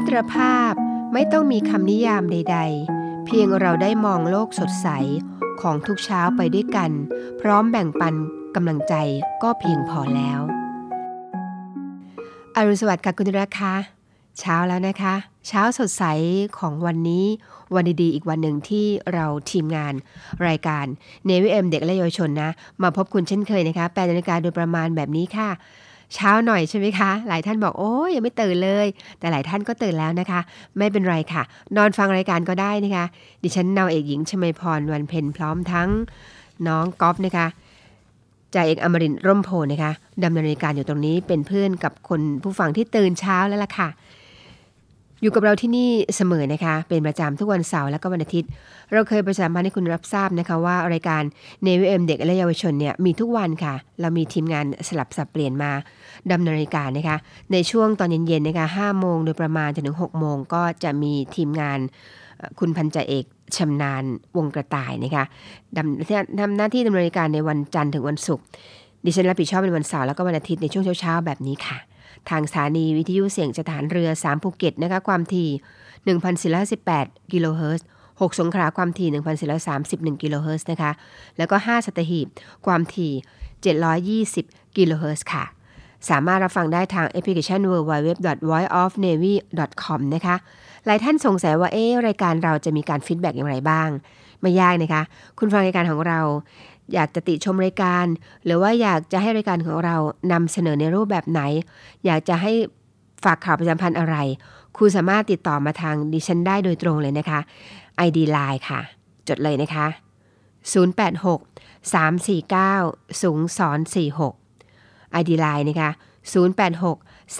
ตรภาพไม่ต้องมีคำนิยามใดๆเพียงเราได้มองโลกสดใสของทุกเช้าไปด้วยกันพร้อมแบ่งปันกำลังใจก็เพียงพอแล้วอรุณสวัสดิ์ค่ะคุณรักค่ะเช้าแล้วนะคะเช้าสดใสของวันนี้วันดีๆอีกวันหนึ่งที่เราทีมงานรายการ Navy AM เด็กและเยาวชนนะมาพบคุณเช่นเคยนะคะ 8 นาฬิกาโดยประมาณแบบนี้ค่ะเช้าหน่อยใช่ไหมคะหลายท่านบอกโอ้ยยังไม่ตื่นเลยแต่หลายท่านก็ตื่นแล้วนะคะไม่เป็นไรค่ะนอนฟังรายการก็ได้นะคะดิฉันนาวเอกหญิงชมาพรวันเพ็ญพร้อมทั้งน้องก๊อฟนะคะจ่าเอกอมรินทร์ร่มโพนะคะดำเนินรายการอยู่ตรงนี้เป็นเพื่อนกับคนผู้ฟังที่ตื่นเช้าแล้วล่ะค่ะอยู่กับเราที่นี่เสมอนะคะเป็นประจำทุกวันเสาร์และก็วันอาทิตย์เราเคยประชาสัมพันธ์ให้คุณรับทราบนะคะว่ารายการ Navy AM เด็กและเยาวชนเนี่ยมีทุกวันค่ะเรามีทีมงานสลับสับเปลี่ยนมาดำเนินรายการนะคะในช่วงตอนเย็นๆนะคะ5 โมงโดยประมาณจนถึง6 โมงก็จะมีทีมงานคุณพันจ่าเอกชำนาญวงกระต่ายนะคะทำหน้าที่ดำเนินรายการในวันจันทร์ถึงวันศุกร์ดิฉันรับผิดชอบเป็นวันเสาร์แล้วก็วันอาทิตย์ในช่วงเช้าๆแบบนี้ค่ะทางสถานีวิทยุเสียงสถานเรือ3ภูเก็ตนะคะความถี่ 1,418 กิโลเฮิรตซ์6สงขลาความถี่ 1,431 กิโลเฮิรตซ์นะคะแล้วก็5สัตหีบความถี่720 กิโลเฮิรตซ์ค่ะสามารถรับฟังได้ทางแอปพลิเคชัน www.voiceofnavy.com นะคะหลายท่านสงสัยว่ารายการเราจะมีการฟีดแบ็กอย่างไรบ้างไม่ยากนะคะคุณฟังรายการของเราอยากจะติชมรายการหรือว่าอยากจะให้รายการของเรานำเสนอในรูปแบบไหนอยากจะให้ฝากข่าวประชาสัมพันธ์อะไรคุณสามารถติดต่อมาทางดิฉันได้โดยตรงเลยนะคะ ID Line ค่ะจดเลยนะคะ086 349 0246 ID Line นะคะ086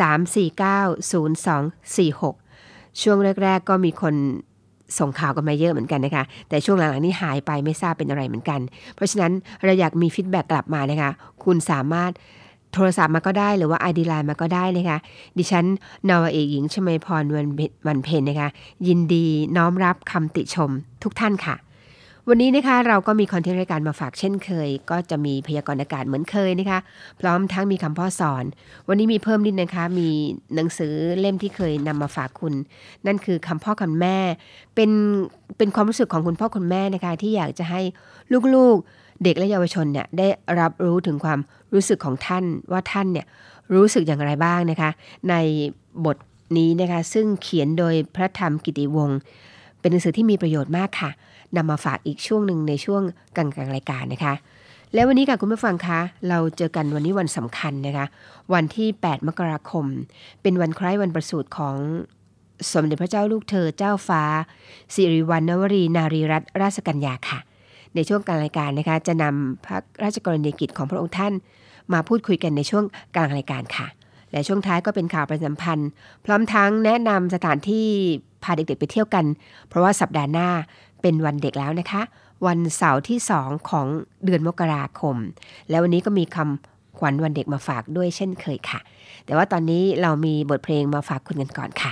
349 0246ช่วงแรกๆก็มีคนส่งข่าวกันมาเยอะเหมือนกันนะคะแต่ช่วงหลังๆนี่หายไปไม่ทราบเป็นอะไรเหมือนกันเพราะฉะนั้นเราอยากมีฟีดแบ็กกลับมานะคะคุณสามารถโทรศัพท์มาก็ได้หรือว่า ID Line มาก็ได้นะคะดิฉันนาวาเอกหญิงชมาพรวันเพ็ญนะคะยินดีน้อมรับคำติชมทุกท่านค่ะวันนี้นะคะเราก็มีคอนเทนต์รายการมาฝากเช่นเคยก็จะมีพยากรณ์อากาศเหมือนเคยนะคะพร้อมทั้งมีคำพ่อสอนวันนี้มีเพิ่มนิดนะคะมีหนังสือเล่มที่เคยนำมาฝากคุณนั่นคือคำพ่อคำแม่เป็นความรู้สึกของคุณพ่อคุณแม่นะคะที่อยากจะให้ลูกๆเด็กและเยาวชนเนี่ยได้รับรู้ถึงความรู้สึกของท่านว่าท่านเนี่ยรู้สึกอย่างไรบ้างนะคะในบทนี้นะคะซึ่งเขียนโดยพระธรรมกิติวงศ์เป็นหนังสือที่มีประโยชน์มากค่ะนำมาฝากอีกช่วงหนึ่งในช่วงกลางรายการนะคะแล้ววันนี้ค่ะคุณผู้ฟังคะเราเจอกันวันนี้วันสำคัญนะคะวันที่8 มกราคมเป็นวันคล้ายวันประสูติของสมเด็จพระเจ้าลูกเธอเจ้าฟ้าสิริวัณณวรีนารีรัตนราชกัญญาค่ะในช่วงกลางรายการนะคะจะนำพระราชกรณียกิจของพระองค์ท่านมาพูดคุยกันในช่วงกลางรายการค่ะและช่วงท้ายก็เป็นข่าวประชาสัมพันธ์พร้อมทั้งแนะนำสถานที่พาเด็กๆไปเที่ยวกันเพราะว่าสัปดาห์หน้าเป็นวันเด็กแล้วนะคะวันเสาร์ที่2ของเดือนมกราคมแล้ววันนี้ก็มีคำขวัญวันเด็กมาฝากด้วยเช่นเคยค่ะแต่ว่าตอนนี้เรามีบทเพลงมาฝากคุณกันก่อนค่ะ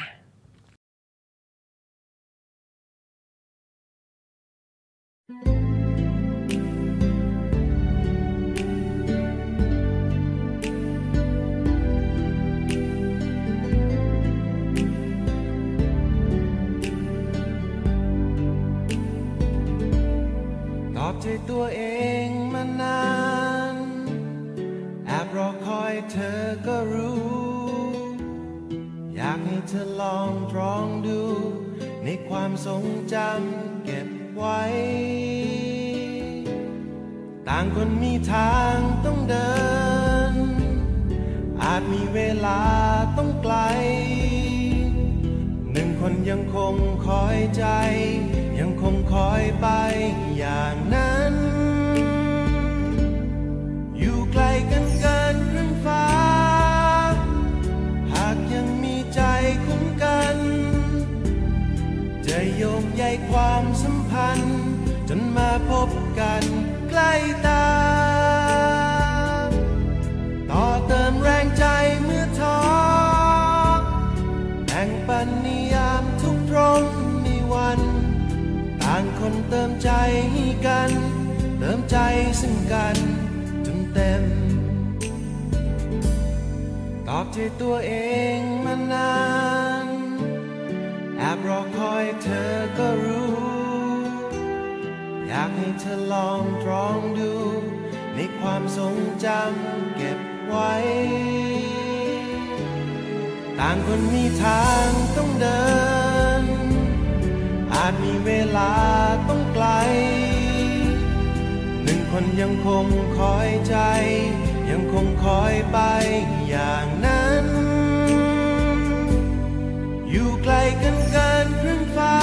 ตอบใจตัวเองมานานแอบรอคอยเธอก็รู้อยากให้เธอลองตรองดูในความทรงจำเก็บไว้ต่างคนมีทางต้องเดินอาจมีเวลาต้องไกลหนึ่งคนยังคงคอยใจยังคงคอยไปอย่างนั้นอยู่ไกลกันเกินครึ่งฟ้าหากยังมีใจคุ้มกันจะโยงใยความสัมพันธ์จนมาพบกันใกล้ตาต่อเติมแรงใจเมื่อท้อแบ่งปันนิยามทุกตรงในวันต่างคนเติมใจให้กันเติมใจซึ่งกันจนเต็มตอบใจตัวเองมานานอบรอคอยเธอก็รู้อยากให้เธอลองตรองดูในความทรงจำเก็บไว้ต่างคนมีทางต้องเดินอาจมีเวลาต้องไกลหนึ่งคนยังคงคอยใจยังคงคอยไปอย่างนั้นอยู่ไกลกันเกินครึ่งฟ้า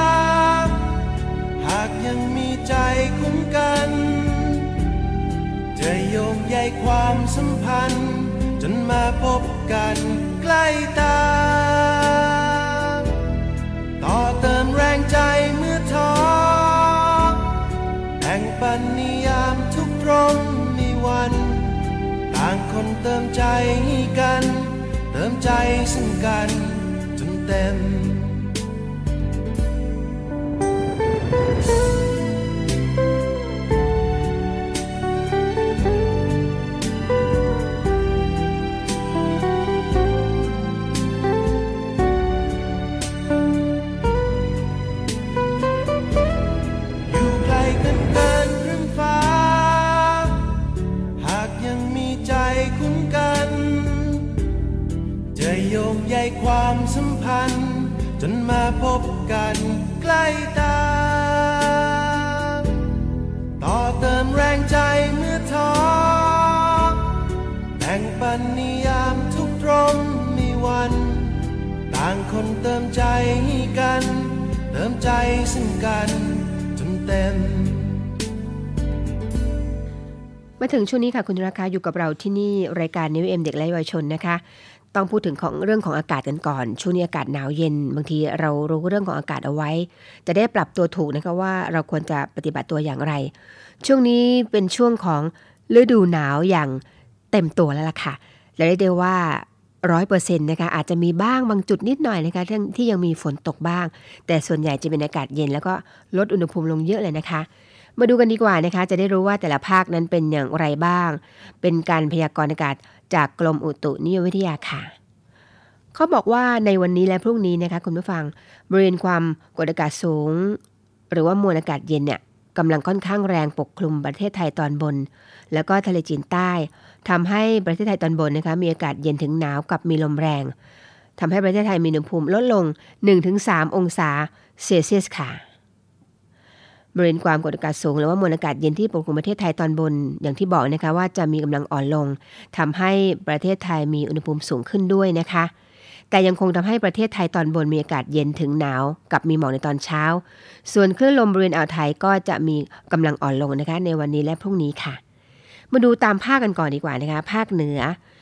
หากยังมีใจคุ้มกันจะโยงใยความสัมพันธ์จนมาพบกันใกล้ตาต่อเติมแรงใจเมื่อท้อแบ่งปันนิยามทุกตรงในวันต่างคนเติมใจให้กันเติมใจซึ่งกันจนเต็มความสัมพันธ์จนมาพบกันใกล้ตาต่อเติมแรงใจเมื่อท้อแบ่งปันนิยามทุกตรงมีวันต่างคนเติมใจให้กันเติมใจซึ่งกันจนเต็มมาถึงช่วงนี้ค่ะคุณราคาอยู่กับเราที่นี่รายการ New FM เด็กและเยาวชนนะคะต้องพูดถึงของเรื่องของอากาศกันก่อนช่วงนี้อากาศหนาวเย็นบางทีเรารู้เรื่องของอากาศเอาไว้จะได้ปรับตัวถูกนะคะว่าเราควรจะปฏิบัติตัวอย่างไรช่วงนี้เป็นช่วงของฤดูหนาวอย่างเต็มตัวแล้วล่ะค่ะและเรียกได้ว่า 100% นะคะอาจจะมีบ้างบางจุดนิดหน่อยนะคะที่ยังมีฝนตกบ้างแต่ส่วนใหญ่จะเป็นอากาศเย็นแล้วก็ลดอุณหภูมิลงเยอะเลยนะคะมาดูกันดีกว่านะคะจะได้รู้ว่าแต่ละภาคนั้นเป็นอย่างไรบ้างเป็นการพยากรณ์อากาศจากกรมอุตุนิยมวิทยาค่ะเขาบอกว่าในวันนี้และพรุ่งนี้นะคะคุณผู้ฟังบริเวณความกดอากาศสูงหรือว่ามวลอากาศเย็นเนี่ยกำลังค่อนข้างแรงปกคลุมประเทศไทยตอนบนแล้วก็ทะเลจีนใต้ทำให้ประเทศไทยตอนบนนะคะมีอากาศเย็นถึงหนาวกับมีลมแรงทำให้ประเทศไทยมีอุณหภูมิลดลง 1-3 องศาเซลเซียสค่ะบริเวณความกดอากาศสูงหรือว่ามวลอากาศเย็นที่ปกคลุมประเทศไทยตอนบนอย่างที่บอกนะคะว่าจะมีกำลังอ่อนลงทำให้ประเทศไทยมีอุณหภูมิสูงขึ้นด้วยนะคะแต่ยังคงทำให้ประเทศไทยตอนบนมีอากาศเย็นถึงหนาวกับมีหมอกในตอนเช้าส่วนคลื่นลมบริเวณอ่าวไทยก็จะมีกำลังอ่อนลงนะคะในวันนี้และพรุ่งนี้ค่ะมาดูตามภาคกันก่อนดีกว่านะคะภาคเหนือ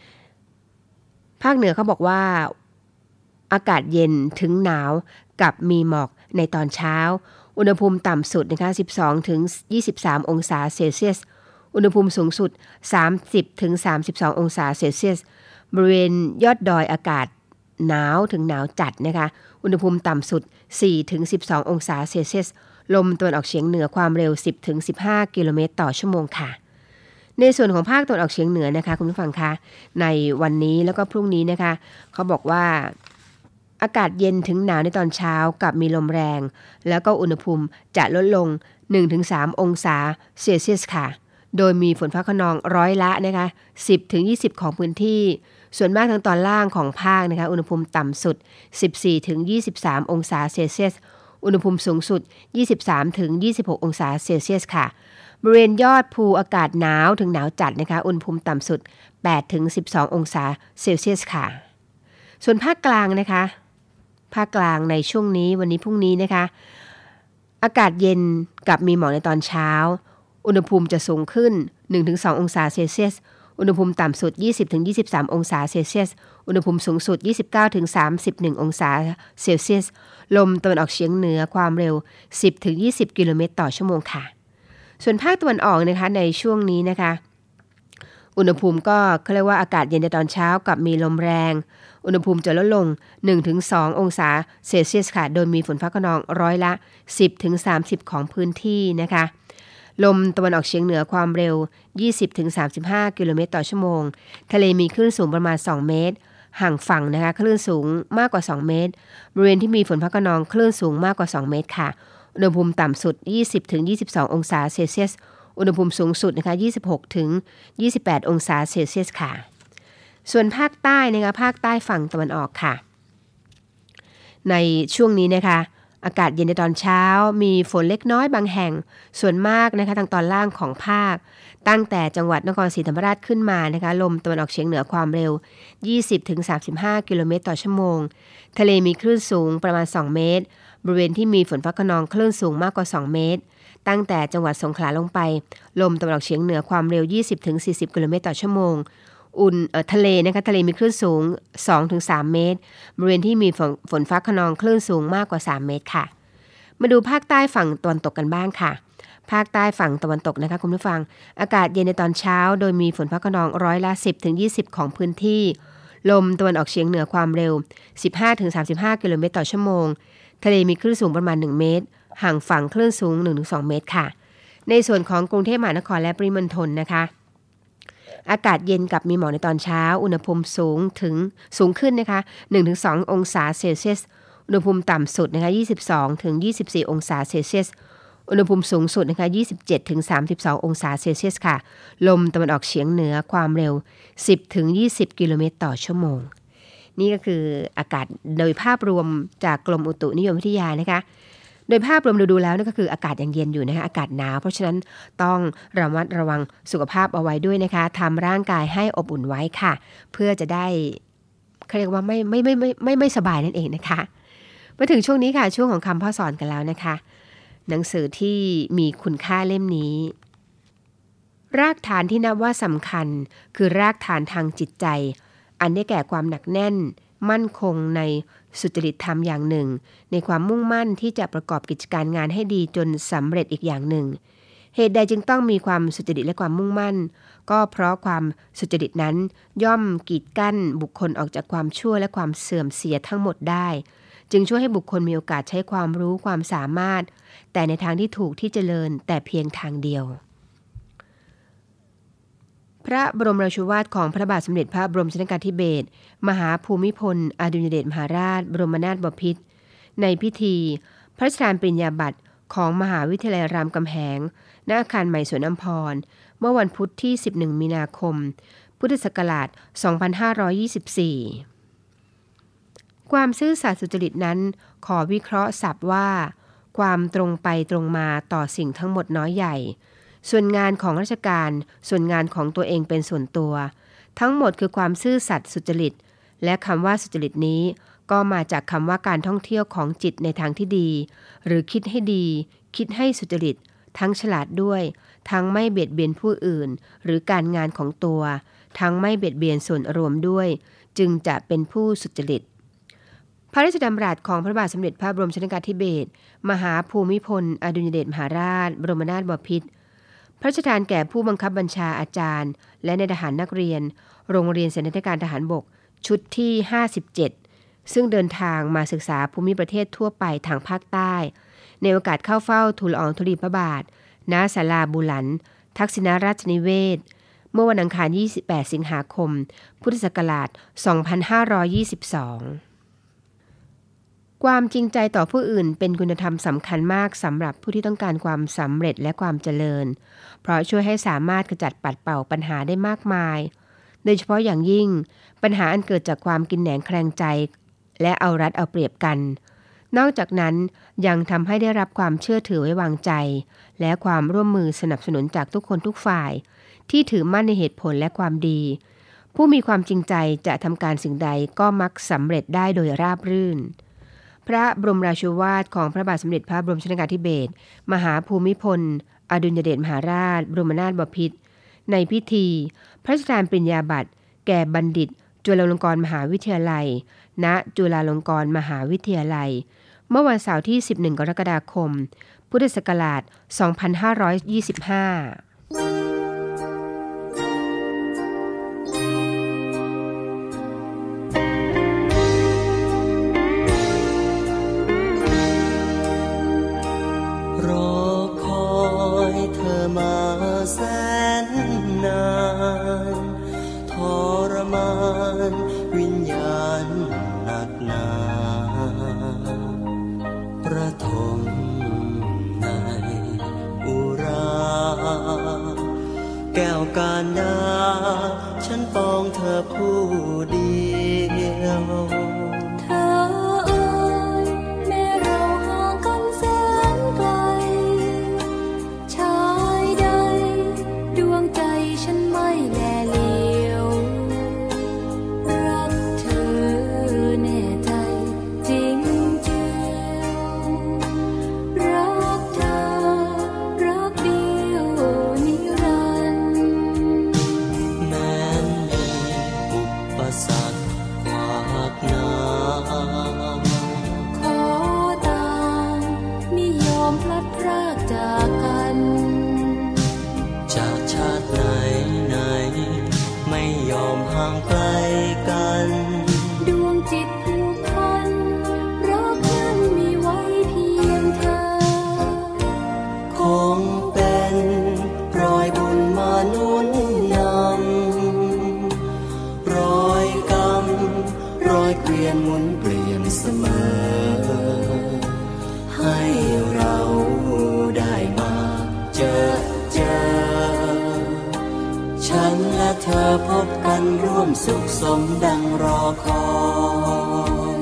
เขาบอกว่าอากาศเย็นถึงหนาวกับมีหมอกในตอนเช้าอุณหภูมิต่ำสุดนะคะ 12-23 องศาเซลเซียสอุณหภูมิสูงสุด 30-32 องศาเซลเซียสบริเวณยอดดอยอากาศหนาวถึงหนาวจัดนะคะอุณหภูมิต่ำสุด 4-12 องศาเซลเซียสลมตะวันออกเฉียงเหนือความเร็ว 10-15 กิโลเมตรต่อชั่วโมงค่ะในส่วนของภาคตะวันออกเฉียงเหนือนะคะคุณผู้ฟังคะในวันนี้แล้วก็พรุ่งนี้นะคะเขาบอกว่าอากาศเย็นถึงหนาวในตอนเช้ากับมีลมแรงแล้วก็อุณหภูมิจะลดลง 1-3 องศาเซลเซียสค่ะโดยมีฝนฟ้าคะนองร้อยละนะคะ 10-20 ของพื้นที่ส่วนมากทางตอนล่างของภาคนะคะอุณหภูมิต่ำสุด 14-23 องศาเซลเซียสอุณหภูมิสูงสุด 23-26 องศาเซลเซียสค่ะบริเวณยอดภูอากาศหนาวถึงหนาวจัดนะคะอุณหภูมิต่ำสุด 8-12 องศาเซลเซียสค่ะส่วนภาคกลางนะคะภาคกลางในช่วงนี้วันนี้พรุ่งนี้นะคะอากาศเย็นกับมีหมอกในตอนเช้าอุณหภูมิจะสูงขึ้น 1-2 องศาเซลเซียสอุณหภูมิต่ำสุด 20-23 องศาเซลเซียสอุณหภูมิสูงสุด 29-31 องศาเซลเซียสลมตะวันออกเฉียงเหนือความเร็ว 10-20 กิโลเมตรต่อชั่วโมงค่ะส่วนภาคตะวันออกนะคะในช่วงนี้นะคะอุณหภูมิก็เขาเรียกว่าอากาศเย็นในตอนเช้ากับมีลมแรงอุณหภูมิจะลดลง 1-2 องศาเซลเซียสค่ะโดยมีฝนฟ้าคะนองร้อยละ 10-30 ของพื้นที่นะคะลมตะวันออกเฉียงเหนือความเร็ว 20-35 กิโลเมตรต่อชั่วโมงทะเลมีคลื่นสูงประมาณ2เมตรห่างฝั่งนะคะคลื่นสูงมากกว่า2เมตรบริเวณที่มีฝนฟ้าคะนองคลื่นสูงมากกว่า2เมตรค่ะอุณหภูมิต่ำสุด 20-22 องศาเซลเซียสอุณหภูมิสูงสุดนะคะ26-28 องศาเซลเซียสค่ะส่วนภาคใต้นะคะภาคใต้ฝั่งตะวันออกค่ะในช่วงนี้นะคะอากาศเย็นในตอนเช้ามีฝนเล็กน้อยบางแห่งส่วนมากนะคะทางตอนล่างของภาคตั้งแต่จังหวัดนครศรีธรรมราชขึ้นมานะคะลมตะวันออกเฉียงเหนือความเร็ว 20-35 กิโลเมตรต่อชั่วโมงทะเลมีคลื่นสูงประมาณ2เมตรบริเวณที่มีฝนฟ้าคะนองคลื่นสูงมากกว่า2เมตรตั้งแต่จังหวัดสงขลาลงไปลมตะวันออกเฉียงเหนือความเร็ว 20-40 กิโลเมตรต่อชั่วโมงทะเลนะคะทะเลมีคลื่นสูง 2-3 เมตรบริเวณที่มีฝนฟ้าคะนองคลื่นสูงมากกว่า3เมตรค่ะมาดูภาคใต้ฝั่งตะวันตกกันบ้างค่ะภาคใต้ฝั่งตะวันตกนะคะคุณผู้ฟังอากาศเย็นในตอนเช้าโดยมีฝนฟ้าคะนองร้อยละ 10-20 ของพื้นที่ลมตะวันออกเฉียงเหนือความเร็ว 15-35 กิโลเมตรต่อชั่วโมงทะเลมีคลื่นสูงประมาณ1เมตรห่างฝั่งคลื่นสูง 1-2 เมตรค่ะในส่วนของกรุงเทพมหานครและปริมณฑลนะคะอากาศเย็นกับมีหมอกในตอนเช้าอุณหภูมิสูงขึ้นนะคะ 1-2 องศาเซลเซียสอุณหภูมิต่ำสุดนะคะ 22-24 องศาเซลเซียสอุณหภูมิสูงสุดนะคะ 27-32 องศาเซลเซียสค่ะลมตะวันออกเฉียงเหนือความเร็ว 10-20 กิโลเมตรต่อชั่วโมงนี่ก็คืออากาศโดยภาพรวมจากกรมอุตุนิยมวิทยานะคะโดยภาพรวมดูแล้วนี่ก็คืออากาศยังเย็นอยู่นะคะอากาศหนาวเพราะฉะนั้นต้องระมัดระวังสุขภาพเอาไว้ด้วยนะคะทำร่างกายให้อบอุ่นไว้ค่ะเพื่อจะได้เขาเรียกว่าไม่สบายนั่นเองนะคะมาถึงช่วงนี้ค่ะช่วงของคำพ่อสอนกันแล้วนะคะหนังสือที่มีคุณค่าเล่มนี้รากฐานที่นับว่าสำคัญคือรากฐานทางจิตใจอันได้แก่ความหนักแน่นมั่นคงในสุจริตธรรมอย่างหนึ่งในความมุ่งมั่นที่จะประกอบกิจการงานให้ดีจนสำเร็จอีกอย่างหนึ่งเหตุใดจึงต้องมีความสุจริตและความมุ่งมั่นก็เพราะความสุจริตนั้นย่อมกีดกั้นบุคคลออกจากความชั่วและความเสื่อมเสียทั้งหมดได้จึงช่วยให้บุคคลมีโอกาสใช้ความรู้ความสามารถแต่ในทางที่ถูกที่เจริญแต่เพียงทางเดียวพระบรมราโชวาทของพระบาทสมเด็จพระบรมชนกาธิเบศรมหาภูมิพลอดุลยเดชมหาราชบรมนาถบพิตรในพิธีพระราชทานปริญญาบัตรของมหาวิทยาลัยรามคำแหงณอาคารใหม่สวนอัมพรเมื่อวันพุธที่11มีนาคมพุทธศักราช2524ความซื่อสัตย์สุจริตนั้นขอวิเคราะห์ศัพท์ว่าความตรงไปตรงมาต่อสิ่งทั้งหมดน้อยใหญ่ส่วนงานของราชการส่วนงานของตัวเองเป็นส่วนตัวทั้งหมดคือความซื่อสัตย์สุจริตและคำว่าสุจริตนี้ก็มาจากคำว่าการท่องเที่ยวของจิตในทางที่ดีหรือคิดให้ดีคิดให้สุจริตทั้งฉลาดด้วยทั้งไม่เบียดเบียนผู้อื่นหรือการงานของตัวทั้งไม่เบียดเบียนส่วนรวมด้วยจึงจะเป็นผู้สุจริตพระราชดำรัสของพระบาทสมเด็จพระบรมชนกาธิเบศรมหาภูมิพลอดุลยเดชมหาราชบรมนาถบพิตรพระราชทานแก่ผู้บังคับบัญชาอาจารย์และนายทหารนักเรียนโรงเรียนเสนาธิการทหารบกชุดที่57ซึ่งเดินทางมาศึกษาภูมิประเทศทั่วไปทางภาคใต้ในโอกาสเข้าเฝ้าทูลละอองธุลีพระบาทณศาลาบูหลันทักษิณราชนิเวศเมื่อวันอังคาร28สิงหาคมพุทธศักราช2522ความจริงใจต่อผู้อื่นเป็นคุณธรรมสำคัญมากสำหรับผู้ที่ต้องการความสำเร็จและความเจริญเพราะช่วยให้สามารถขจัดปัดเป่าปัญหาได้มากมายโดยเฉพาะอย่างยิ่งปัญหาอันเกิดจากความกินแหนงแคลงใจและเอารัดเอาเปรียบกันนอกจากนั้นยังทำให้ได้รับความเชื่อถือไว้วางใจและความร่วมมือสนับสนุนจากทุกคนทุกฝ่ายที่ถือมั่นในเหตุผลและความดีผู้มีความจริงใจจะทำการสิ่งใดก็มักสำเร็จได้โดยราบรื่นพระบรมราโชวาทของพระบาทสมเด็จพระบรมชนกาธิเบศรมหาภูมิพลอดุลยเดชมหาราชบรมนาถบพิตรในพิธีพระราชทานปริญญาบัตรแก่บัณฑิตจุฬาลงกรณ์มหาวิทยาลัยณจุฬาลงกรณ์มหาวิทยาลัยเมื่อวันเสาร์ที่11กรกฎาคมพุทธศักราช2525 มาแสนนานทรมานวิญญานาประทมในอุราแก้วการดาฉันปองเธอผู้เดียวเธอเอ่ยแม้เราห่างกันแสนไกลชายใดดวงใจฉันไม่แลเลี้ยวรักเธอแน่ใจจริงเจียวรักเธอรักเดียวนิรันดร์แม้นมีอุปสรรคขวากหน้าขอตามไม่ยอมพลัดพรากจากกันจากชาติไหนไม่ยอมห่างไกลกันดวงจิตผูกพันรักนั้นมีไว้เพียงเธอคงเป็นรอยบุญมาหนุนนำรอยกรรมรอยเกวียนหมุนเปลี่ยนเสมอให้เราได้มาเจอฉันและเธอพบกันร่วมสุขสมดังรอคอย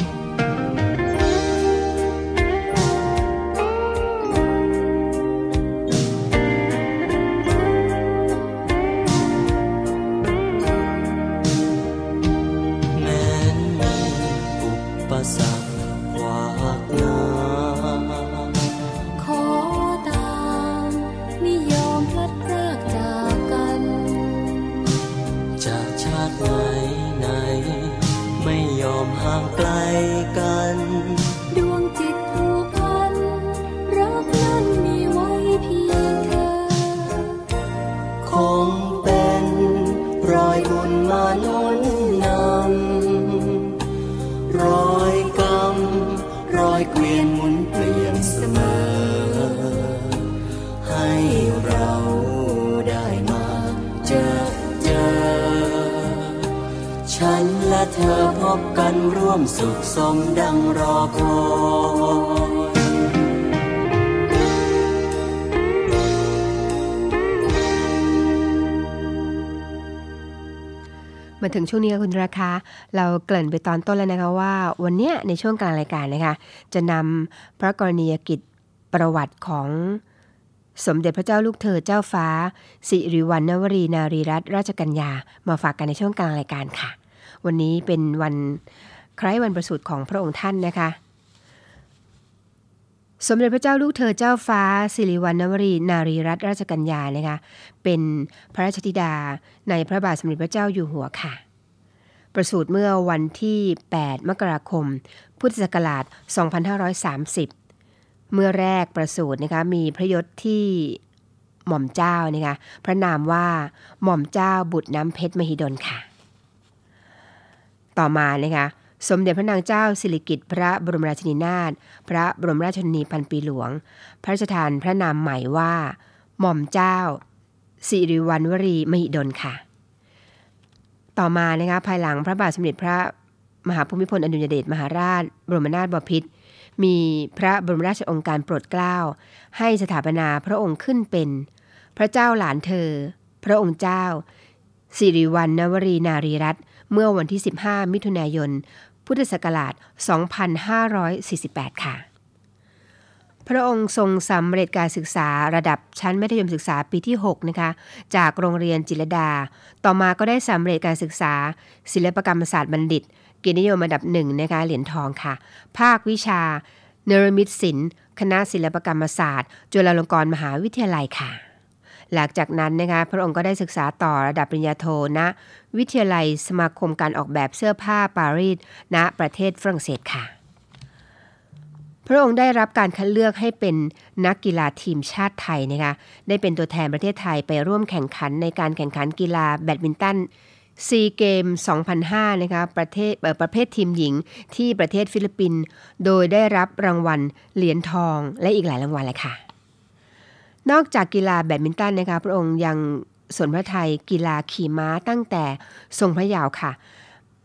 แม้นมีอุปสรรคขวากหน้าขอตามไม่ยอมพลัดพรากจากกันจากชาติไหนไม่ยอมห่างไกลกันดวงจิตผูกพันรักนั้นมีไว้เพียงเธอคงเป็นรอยบุญมาหนุนนำรอยกรรมรอยเกวียนหมุนเปลี่ยนเสมอให้เราได้มาเจอฉันและเธอพบกันร่วมสุขสมดังรอคอยมาถึงช่วงนี้คุณราคาเราเกริ่นไปตอนต้นแล้วนะคะว่าวันนี้ในช่วงกลางรายการนะคะจะนำพระกรณียกิจประวัติของสมเด็จพระเจ้าลูกเธอเจ้าฟ้าสิริวัณณวรีนารีรัตนราชกัญญามาฝากกันในช่วงกลางรายการค่ะวันนี้เป็นวันคล้ายวันประสูติของพระองค์ท่านนะคะสมเด็จพระเจ้าลูกเธอเจ้าฟ้าสิริวัณณวรีนารีรัตนราชกัญญานะคะเป็นพระราชธิดาในพระบาทสมเด็จพระเจ้าอยู่หัวค่ะประสูติเมื่อวันที่8มกราคมพุทธศักราช2530เมื่อแรกประสูตินะคะมีพระยศที่หม่อมเจ้านะคะพระนามว่าหม่อมเจ้าบุตรน้ำเพชรมหิดลค่ะต่อมานะคะสมเด็จพระนางเจ้าสิริกิติ์พระบรมราชินีนาถพระบรมราชชนนีพันปีหลวงพระราชทานพระนามใหม่ว่าหม่อมเจ้าสิริวัณวรีมหิดลค่ะต่อมานะคะภายหลังพระบาทสมเด็จพระมหาภูมิพลอดุลยเดชมหาราชบรมนาถบพิตรมีพระบรมราชโองการโปรดเกล้าให้สถาปนาพระองค์ขึ้นเป็นพระเจ้าหลานเธอพระองค์เจ้าสิริวัณณวรีนารีรัตน์เมื่อวันที่15มิถุนายนพุทธศักราช2548ค่ะพระองค์ทรงสำเร็จการศึกษาระดับชั้นมัธยมศึกษาปีที่6นะคะจากโรงเรียนจิตรลดาต่อมาก็ได้สำเร็จการศึกษาศิลปกรรมศาสตร์บัณฑิตเกียรตินิยมอันดับ1นะคะเหรียญทองค่ะภาควิชาเนรมิตศิลป์คณะศิลปกรรมศาสตร์จุฬาลงกรณ์มหาวิทยาลัยค่ะหลังจากนั้นนะคะพระองค์ก็ได้ศึกษาต่อระดับปริญญาโทณวิทยาลัยสมาคมการออกแบบเสื้อผ้าปารีสณประเทศฝรั่งเศสค่ะพระองค์ได้รับการคัดเลือกให้เป็นนักกีฬาทีมชาติไทยนะคะได้เป็นตัวแทนประเทศไทยไปร่วมแข่งขันในการแข่งขันกีฬาแบดมินตันซีเกม 2005 นะคะประเภททีมหญิงที่ประเทศฟิลิปปินส์โดยได้รับรางวัลเหรียญทองและอีกหลายรางวัลเลยค่ะนอกจากกีฬาแบดมินตันนะคะพระองค์ยังสนพระทัยกีฬาขี่ม้าตั้งแต่ทรงพระเยาว์ค่ะ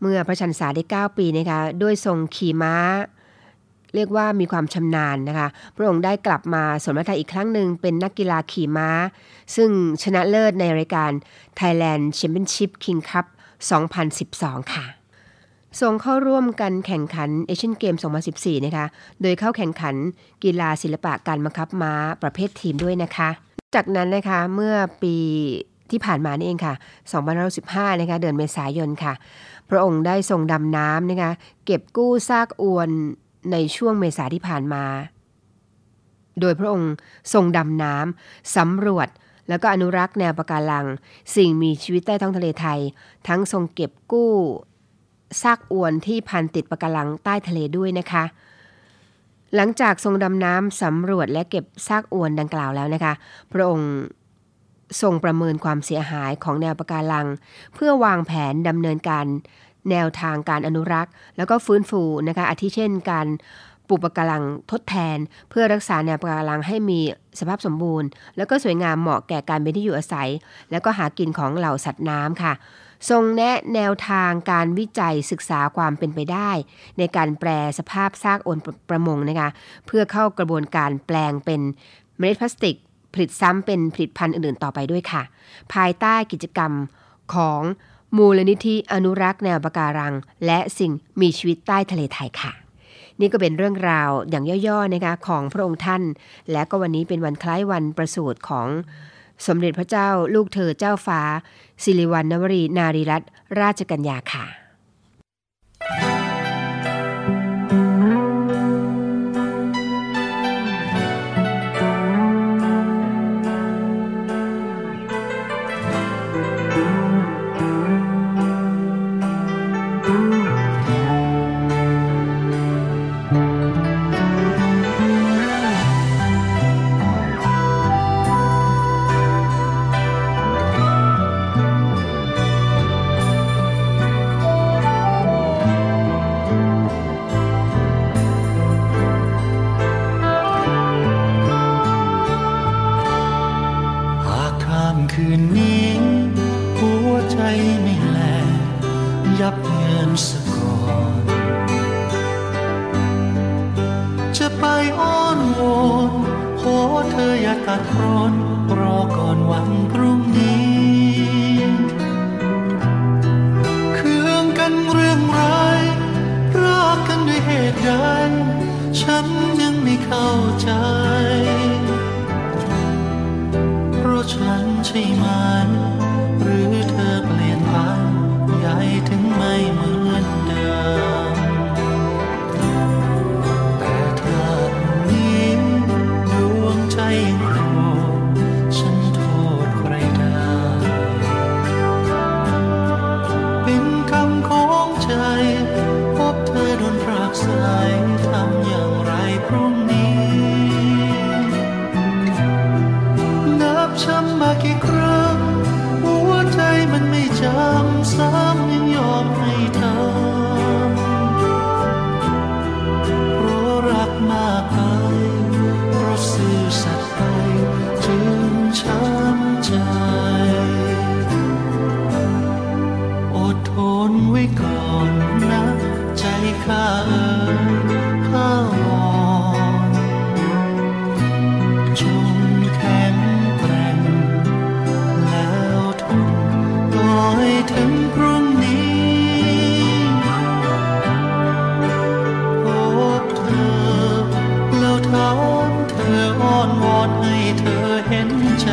เมื่อพระชนษาได้9ปีนะคะด้วยทรงขี่ม้าเรียกว่ามีความชำนาญนะคะพระองค์ได้กลับมาสมรรถนะอีกครั้งหนึ่งเป็นนักกีฬาขี่ม้าซึ่งชนะเลิศในรายการ Thailand Championship King Cup 2012 ค่ะส่งเข้าร่วมกันแข่งขันเอเชียนเกม 2014 นะคะโดยเข้าแข่งขันกีฬาศิลปะการบังคับม้าประเภททีมด้วยนะคะจากนั้นนะคะเมื่อปีที่ผ่านมานี่เองค่ะ2015นะคะเดือนเมษายนค่ะพระองค์ได้ทรงดำน้ำนะคะเก็บกู้ซากอวนในช่วงเมษาที่ผ่านมาโดยพระองค์ทรงดำน้ำสำรวจแล้วก็อนุรักษ์แนวปะการังสิ่งมีชีวิตใต้ท้องทะเลไทยทั้งทรงเก็บกู้ซากอวนที่พันติดปะการังใต้ทะเลด้วยนะคะหลังจากทรงดำน้ำสำรวจและเก็บซากอวนดังกล่าวแล้วนะคะพระองค์ทรงประเมินความเสียหายของแนวปะการังเพื่อวางแผนดำเนินการแนวทางการอนุรักษ์แล้วก็ฟื้นฟูนะคะอาทิเช่นการปลูกปะการังทดแทนเพื่อรักษาแนวปะการังให้มีสภาพสมบูรณ์แล้วก็สวยงามเหมาะแก่การเป็นที่อยู่อาศัยแล้วก็หากินของเหล่าสัตว์น้ำค่ะทรงแนะแนวทางการวิจัยศึกษาความเป็นไปได้ในการแปรสภาพซากอวนประมงนะคะเพื่อเข้ากระบวนการแปลงเป็นเมล็ดพลาสติกผลิตซ้ำเป็นผลิตภัณฑ์อื่นๆต่อไปด้วยค่ะภายใต้กิจกรรมของมูลนิธิอนุรักษ์แนวปะการังและสิ่งมีชีวิตใต้ทะเลไทยค่ะนี่ก็เป็นเรื่องราวอย่างย่อๆนะคะของพระองค์ท่านและก็วันนี้เป็นวันคล้ายวันประสูติของสมเด็จพระเจ้าลูกเธอเจ้าฟ้าสิริวัณณวรีนารีรัตนราชกัญญาค่ะคืนนี้หัวใจไม่แลยับเยินสะก่อนจะไปอ้อนวอนขอเธออย่าตัดร้อนรอก่อนวันพรุ่งนี้เคืองกันเรื่องร้ายรักกันด้วยเหตุใดฉันยังไม่เข้าใจฉันใช่ไหมหรือเธอเปลี่ยนไปใหญ่ถึงไม่เหมือนเดิมแต่ถ้านี้ดวงใจยังโกรธฉันโทษใครได้เป็นคำของใจพบเธอโดนพรากสายทำอย่างไรพรุ่งนี้ช้ำมากี่ครั้งหัวใจมันไม่จำซ้ำยังยอมให้ทำเพราะรักมากไปเพราะซื่อสัตย์ไปจึงช้ำใจอดทนไว้ก่อนนะใจข้าข้าวอนจงถึงพรุ่งนี้พบเธอแล้วถามเธออ้อนวอนให้เธอเห็นใจ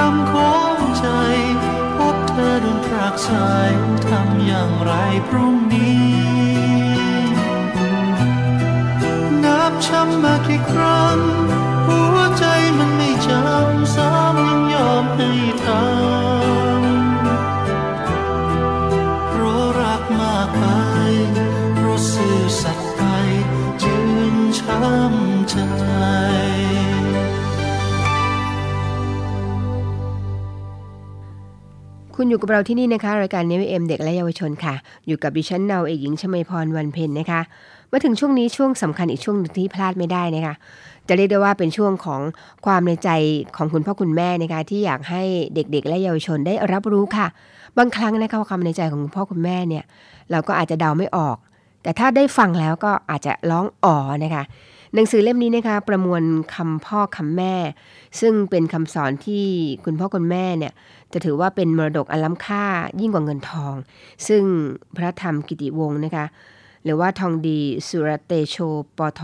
ำของใจพบเธอดนตรักสายทำอย่างไรพรุ่งนี้นับช้ำมากี่ครั้งหัวใจมันไม่จำซ้ำยังยอมให้ทำเพราะรักมากไปเพราะซื่อสัตย์ไปจึงช้ำใจคุณอยู่กับเราที่นี่นะคะรายการ NFM เด็กและเยาวชนค่ะอยู่กับดิฉันเนาเอกหญิงชมาพรวันเพ็ญนะคะมาถึงช่วงนี้ช่วงสำคัญอีกช่วงนึงที่พลาดไม่ได้นะคะจะเรียกได้ว่าเป็นช่วงของความในใจของคุณพ่อคุณแม่นะคะที่อยากให้เด็กๆและเยาวชนได้รับรู้ค่ะบางครั้งนะคะความในใจของคุณพ่อคุณแม่เนี่ยเราก็อาจจะเดาไม่ออกแต่ถ้าได้ฟังแล้วก็อาจจะร้องอ๋อนะคะหนังสือเล่มนี้นะคะประมวลคำพ่อคำแม่ซึ่งเป็นคำสอนที่คุณพ่อคุณแม่เนี่ยจะถือว่าเป็นมรดกอันล้ำค่ายิ่งกว่าเงินทองซึ่งพระธรรมกิติวงศ์นะคะหรือว่าทองดีสุรเตโชปท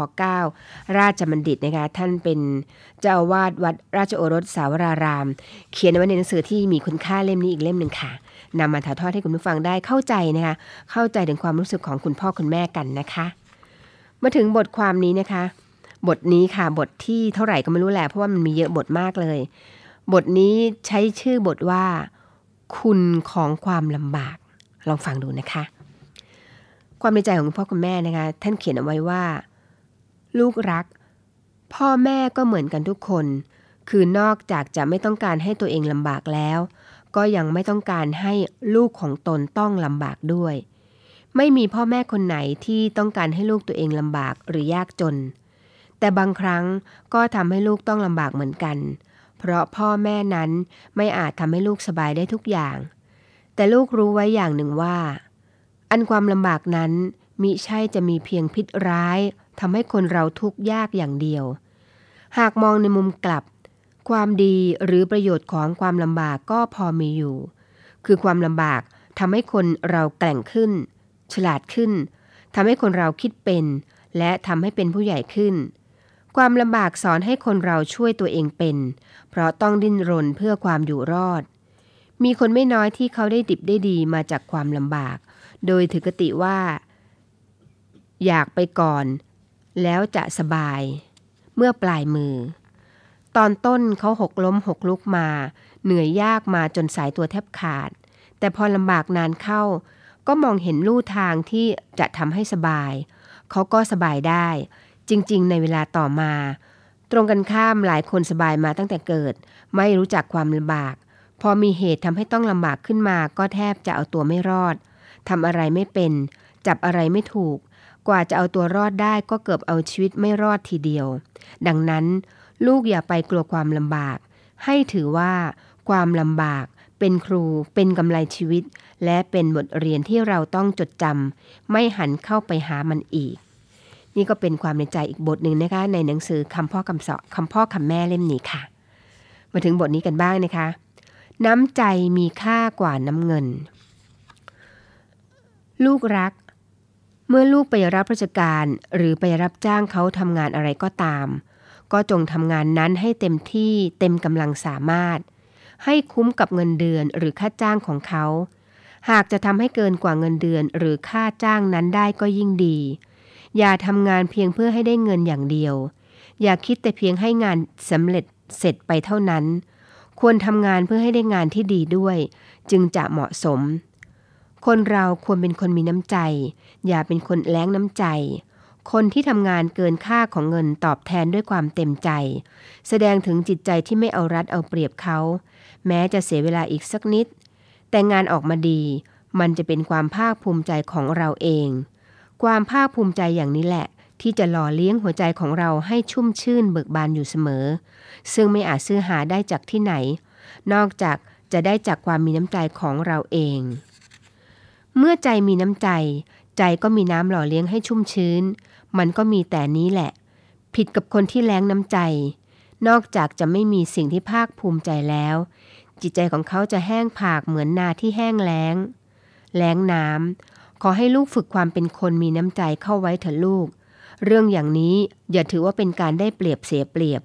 9ราชบัณฑิตนะคะท่านเป็นเจ้าอาวาสวัดราชโอรสสาวรารามเขียนไว้ในหนังสือที่มีคุณค่าเล่มนี้อีกเล่มหนึ่งค่ะนำมาถ่ายทอดให้คุณผู้ฟังได้เข้าใจนะคะเข้าใจถึงความรู้สึกของคุณพ่อคุณแม่กันนะคะมาถึงบทความนี้นะคะบทนี้ค่ะบทที่เท่าไหร่ก็ไม่รู้แหละเพราะว่ามันมีเยอะบทมากเลยบทนี้ใช้ชื่อบทว่าคุณของความลำบากลองฟังดูนะคะความในใจของคุณพ่อคุณแม่นะคะท่านเขียนเอาไว้ว่าลูกรักพ่อแม่ก็เหมือนกันทุกคนคือนอกจากจะไม่ต้องการให้ตัวเองลำบากแล้วก็ยังไม่ต้องการให้ลูกของตนต้องลำบากด้วยไม่มีพ่อแม่คนไหนที่ต้องการให้ลูกตัวเองลำบากหรือยากจนแต่บางครั้งก็ทำให้ลูกต้องลำบากเหมือนกันเพราะพ่อแม่นั้นไม่อาจทำให้ลูกสบายได้ทุกอย่างแต่ลูกรู้ไว้อย่างหนึ่งว่าอันความลำบากนั้นมิใช่จะมีเพียงพิษร้ายทำให้คนเราทุกข์ยากอย่างเดียวหากมองในมุมกลับความดีหรือประโยชน์ของความลำบากก็พอมีอยู่คือความลำบากทำให้คนเราแกร่งขึ้นฉลาดขึ้นทำให้คนเราคิดเป็นและทำให้เป็นผู้ใหญ่ขึ้นความลำบากสอนให้คนเราช่วยตัวเองเป็นเพราะต้องดิ้นรนเพื่อความอยู่รอดมีคนไม่น้อยที่เขาได้ดิบได้ดีมาจากความลำบากโดยถือคติว่าอยากไปก่อนแล้วจะสบายเมื่อปลายมือตอนต้นเขาหกล้มหกลุกมาเหนื่อยยากมาจนสายตัวแทบขาดแต่พอลำบากนานเข้าก็มองเห็นลู่ทางที่จะทำให้สบายเขาก็สบายได้จริงๆในเวลาต่อมาตรงกันข้ามหลายคนสบายมาตั้งแต่เกิดไม่รู้จักความลำบากพอมีเหตุทำให้ต้องลำบากขึ้นมาก็แทบจะเอาตัวไม่รอดทำอะไรไม่เป็นจับอะไรไม่ถูกกว่าจะเอาตัวรอดได้ก็เกือบเอาชีวิตไม่รอดทีเดียวดังนั้นลูกอย่าไปกลัวความลำบากให้ถือว่าความลำบากเป็นครูเป็นกำไรชีวิตและเป็นบทเรียนที่เราต้องจดจำไม่หันเข้าไปหามันอีกนี่ก็เป็นความในใจอีกบทหนึ่งนะคะในหนังสือคำพ่อคำแม่เล่มนี้ค่ะมาถึงบทนี้กันบ้างนะคะน้ำใจมีค่ากว่าน้ำเงินลูกรักเมื่อลูกไปรับราชการหรือไปรับจ้างเขาทำงานอะไรก็ตามก็จงทำงานนั้นให้เต็มที่เต็มกำลังสามารถให้คุ้มกับเงินเดือนหรือค่าจ้างของเขาหากจะทำให้เกินกว่าเงินเดือนหรือค่าจ้างนั้นได้ก็ยิ่งดีอย่าทำงานเพียงเพื่อให้ได้เงินอย่างเดียวอย่าคิดแต่เพียงให้งานสำเร็จเสร็จไปเท่านั้นควรทำงานเพื่อให้ได้งานที่ดีด้วยจึงจะเหมาะสมคนเราควรเป็นคนมีน้ำใจอย่าเป็นคนแล้งน้ำใจคนที่ทำงานเกินค่าของเงินตอบแทนด้วยความเต็มใจแสดงถึงจิตใจที่ไม่เอารัดเอาเปรียบเขาแม้จะเสียเวลาอีกสักนิดแต่งานออกมาดีมันจะเป็นความภาคภูมิใจของเราเองความภาคภูมิใจอย่างนี้แหละที่จะหล่อเลี้ยงหัวใจของเราให้ชุ่มชื่นเบิกบานอยู่เสมอซึ่งไม่อาจซื้อหาได้จากที่ไหนนอกจากจะได้จากความมีน้ำใจของเราเองเมื่อใจมีน้ำใจใจก็มีน้ำหล่อเลี้ยงให้ชุ่มชื้นมันก็มีแต่นี้แหละผิดกับคนที่แล้งน้ำใจนอกจากจะไม่มีสิ่งที่ภาคภูมิใจแล้วจิตใจของเขาจะแห้งผากเหมือนนาที่แห้งแล้งน้ำขอให้ลูกฝึกความเป็นคนมีน้ำใจเข้าไว้เถอะลูกเรื่องอย่างนี้อย่าถือว่าเป็นการได้เปรียบเสียเปรียบ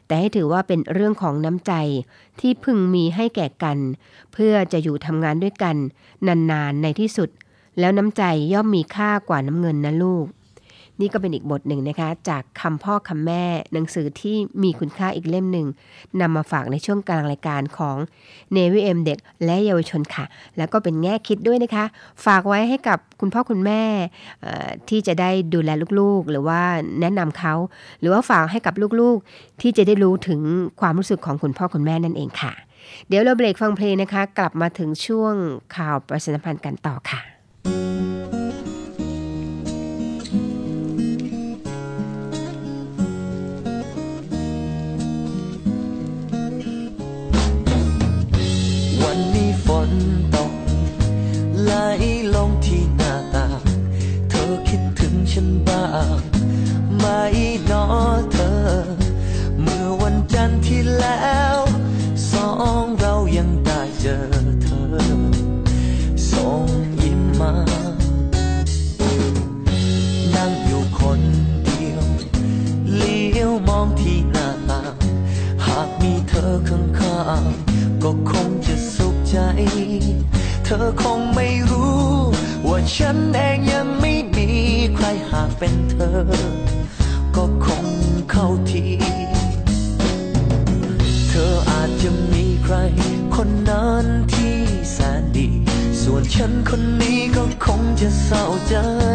แต่ให้ถือว่าเป็นเรื่องของน้ำใจที่พึงมีให้แก่กันเพื่อจะอยู่ทำงานด้วยกันนานๆในที่สุดแล้วน้ำใจย่อมมีค่ากว่าน้ำเงินนะลูกนี่ก็เป็นอีกบทหนึ่งนะคะจากคำพ่อคำแม่หนังสือที่มีคุณค่าอีกเล่มหนึ่งนำมาฝากในช่วงกลางรายการของ Navy AM เด็กและเยาวชนค่ะแล้วก็เป็นแง่คิดด้วยนะคะฝากไว้ให้กับคุณพ่อคุณแม่ที่จะได้ดูแลลูกๆหรือว่าแนะนำเขาหรือว่าฝากให้กับลูกๆที่จะได้รู้ถึงความรู้สึกของคุณพ่อคุณแม่นั่นเองค่ะเดี๋ยวเราเบรกฟังเพลงนะคะกลับมาถึงช่วงข่าวประชาสัมพันธ์กันต่อค่ะฝนตกไหลลงที่หน้าต่างเธอคิดถึงฉันบ้างไหมน้อเธอเมื่อวันจันทร์ที่แล้วสองเรายังได้เจอเธอส่งยิ้มมานั่งอยู่คนเดียวเลี้ยวมองที่หน้าต่างหากมีเธอข้างๆก็คงจะสุขใจเธอคงไม่รู้ว่าฉันเองยังไม่มีใครหากเป็นเธอก็คงเข้าทีเธออาจจะมีใครคนนั้นที่แสนดีส่วนฉันคนนี้ก็คงจะเศร้าใจ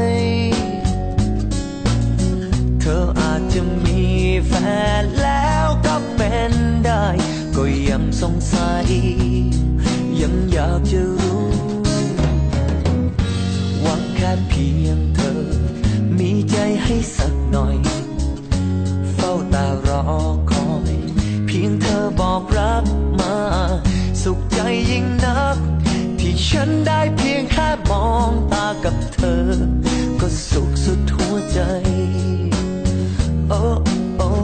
เธออาจจะมีแฟนแล้วก็เป็นได้ก็ยังสงสัยยังอยากจะรู้หวังแค่เพียงเธอมีใจให้สักหน่อยเฝ้าตารอคอยเพียงเธอบอกรักมาสุขใจยิ่งนักที่ฉันได้เพียงแค่มองตากับเธอก็สุขสุดหัวใจโอ้โอ้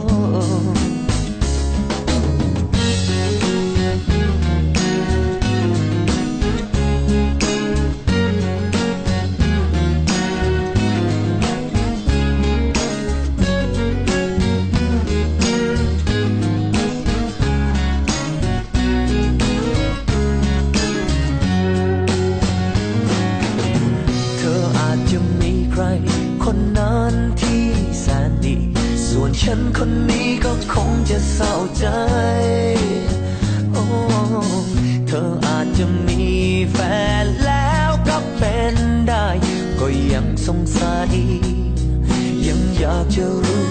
คนนั้นที่แสนดีส่วนฉันคนนี้ก็คงจะเศร้าใจโอ้เธออาจจะมีแฟนแล้วก็เป็นได้ก็ยังสงสัยยังอยากจะรู้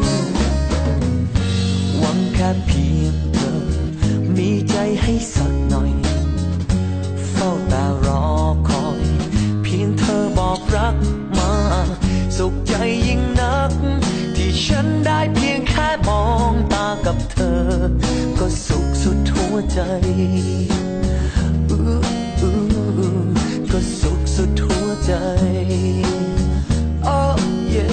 หวังแค่เพียงเธอมีใจให้สักหน่อยเฝ้าตารอคอยเพียงเธอบอกรักมาสุขใจยิ่งนักที่ฉันได้เพียงแค่มองตากับเธอก็สุขสุดหัวใจก็สุขสุดหัวใจโอ้เย่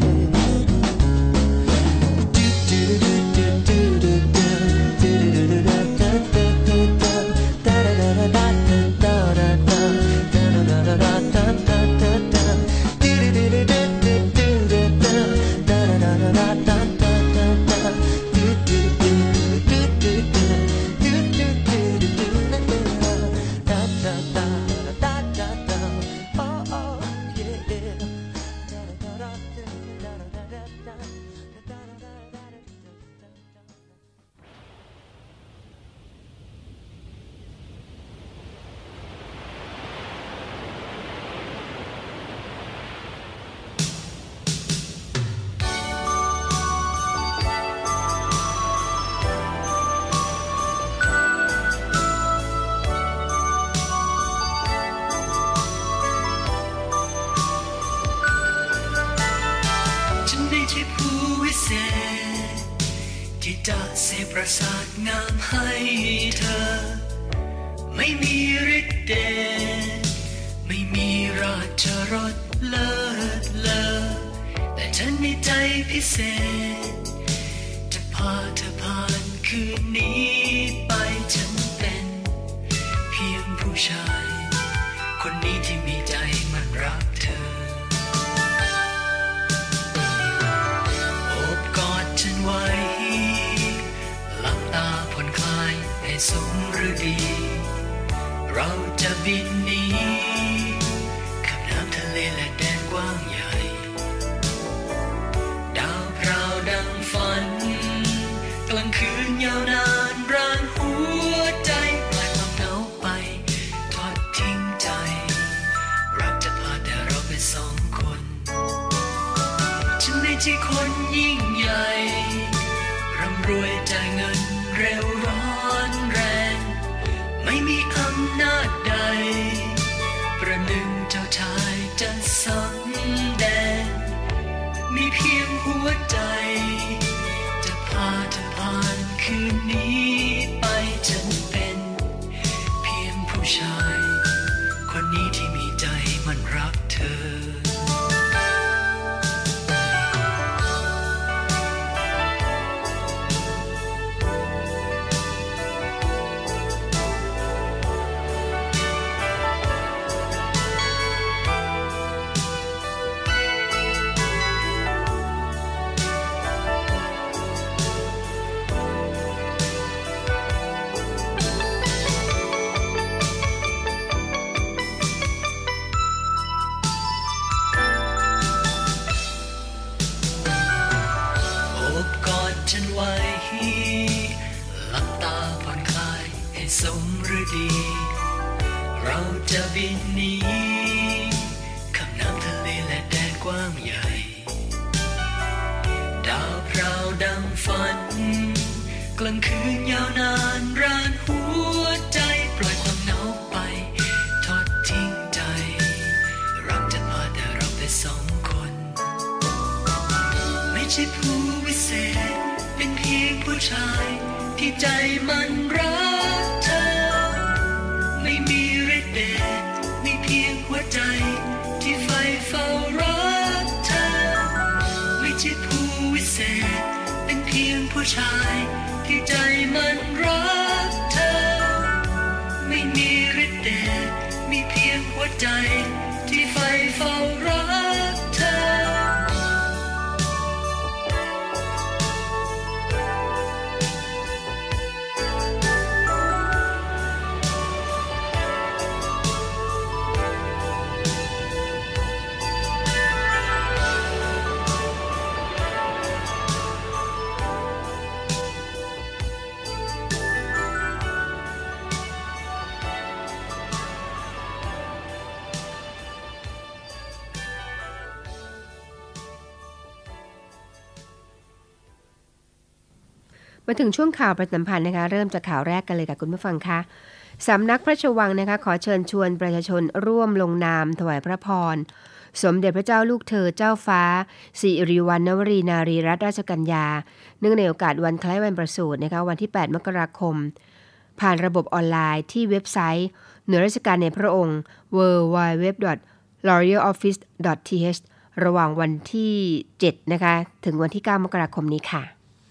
ประสาทงามให้เธอไม่มีฤทธิ์เดชไม่มีราชรสเลิศเลอแต่ฉันมีใจพิเศษจะพาเธอผ่านคืนนี้ไปฉันเป็นเพียงผู้ชายคนนี้ที่มีใจมันรักเธอโอบกอดฉันไว้สมฤดีเราจะบินหนีข้ามน้ำทะเลและแดนกว้างใหญ่ดาวพราวดังฝันกลางคืนยาวนานร่างหัวใจปล่อยความเหงาไปทอดทิ้งใจเราจะพาแต่เราเป็นสองคนฉันไม่ใช่คนยิ่งใหญ่ร่ำรวยจ่ายเงินเร็วร้อนแรงไม่มีอำนาจใดประหนึ่งเจ้าชายจะสำแดงมีเพียงหัวใจจะพาเธอผ่านคืนนี้ไปฉันเป็นเพียงผู้ชายคนนี้ที่มีใจมันรักเธอฉันไว้หลับตาผ่อนคลายให้สมฤดีเราจะบินหนีข้ามน้ำทะเลและแดนกว้างใหญ่ดาวพราวดังฝันกลางคืนยาวนานร่านหัวใจปล่อยความเหงาไปทอดทิ้งใจรักจะพาแต่เราไปสองคนไม่ใช่ผู้วิเศษเป็นเพียงผู้ชายที่ใจมันรักเธอไม่มีฤทธิ์เดชมีเพียงหัวใจที่ใฝ่เฝ้ารักเธอไม่ใช่ผู้วิเศษเป็นเพียงผู้ชายที่ใจมันรักเธอไม่มีฤทธิ์เดชมีเพียงหัวใจที่ใฝ่เฝ้ารักเธอมาถึงช่วงข่าวประชาสัมพันธ์นะคะเริ่มจากข่าวแรกกันเลยค่ะคุณผู้ฟังคะสำนักพระราชวังนะคะขอเชิญชวนประชาชนร่วมลงนามถวายพระพรสมเด็จพระเจ้าลูกเธอเจ้าฟ้าสิริวัณณวรีนารีรัตนราชกัญญาเนื่องในโอกาสวันคล้ายวันประสูตินะคะวันที่8มกราคมผ่านระบบออนไลน์ที่เว็บไซต์หน่วยราชการในพระองค์ www.royaloffice.th ระหว่างวันที่7นะคะถึงวันที่9มกราคมนี้ค่ะ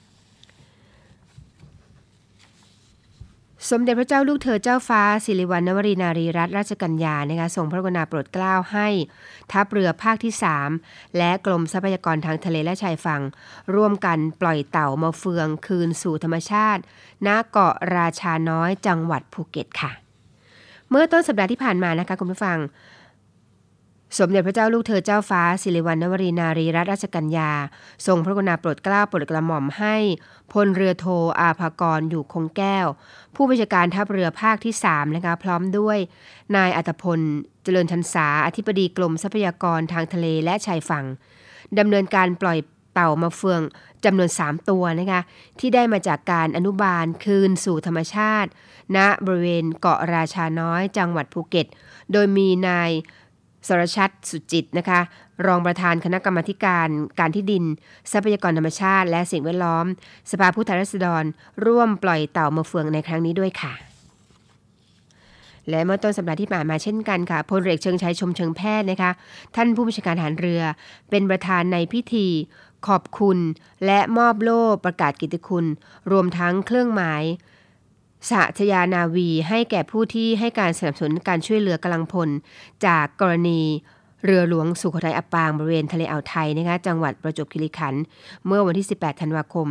สมเด็จพระเจ้าลูกเธอเจ้าฟ้าสิริวัณณวรีนารีรัตนราชกัญญานะคะทรงพระกรุณาโปรดเกล้าให้ทัพเรือภาคที่3และกรมทรัพยากรทางทะเลและชายฝั่งร่วมกันปล่อยเต่ามาเฟืองคืนสู่ธรรมชาติณเกาะราชาน้อยจังหวัดภูเก็ตค่ะเมื่อต้นสัปดาห์ที่ผ่านมานะคะคุณผู้ฟังสมเด็จพระเจ้าลูกเธอเจ้าฟ้าสิริวัณณวรีนารีรัตนราชกัญญาทรงพระกรุณาโปรดเกล้าโปรดกระหม่อมให้พลเรือโทอาภากรอยู่คงแก้วผู้บัญชาการทัพเรือภาคที่3นะคะพร้อมด้วยนายอัตพลเจริญทันษาอธิบดีกรมทรัพยากรทางทะเลและชายฝั่งดำเนินการปล่อยเต่ามาเฟืองจำนวน3ตัวนะคะที่ได้มาจากการอนุบาลคืนสู่ธรรมชาติณบริเวณเกาะราชาน้อยจังหวัดภูเก็ตโดยมีนายสรชัดสุจิตนะคะรองประธานคณะกรรมาธิการที่ดินทรัพยากรธรรมชาติและสิ่งแวดล้อมสภาผู้แทนราษฎรร่วมปล่อยเต่ามาเฟืองในครั้งนี้ด้วยค่ะและเมื่อต้นสัปดาห์ที่ผ่านมาเช่นกันค่ะพลเรือเอกเชิงชัยชมเชิงแพทย์นะคะท่านผู้บัญชาการทหารเรือเป็นประธานในพิธีขอบคุณและมอบโล่ประกาศกิตติคุณรวมทั้งเครื่องหมายสหชยานาวีให้แก่ผู้ที่ให้การสนับสนุนการช่วยเหลือกำลังพลจากกรณีเรือหลวงสุโขทัยอับปางบริเวณทะเลอ่าวไทยนะคะจังหวัดประจวบคีรีขันธ์เมื่อวันที่18ธันวาคม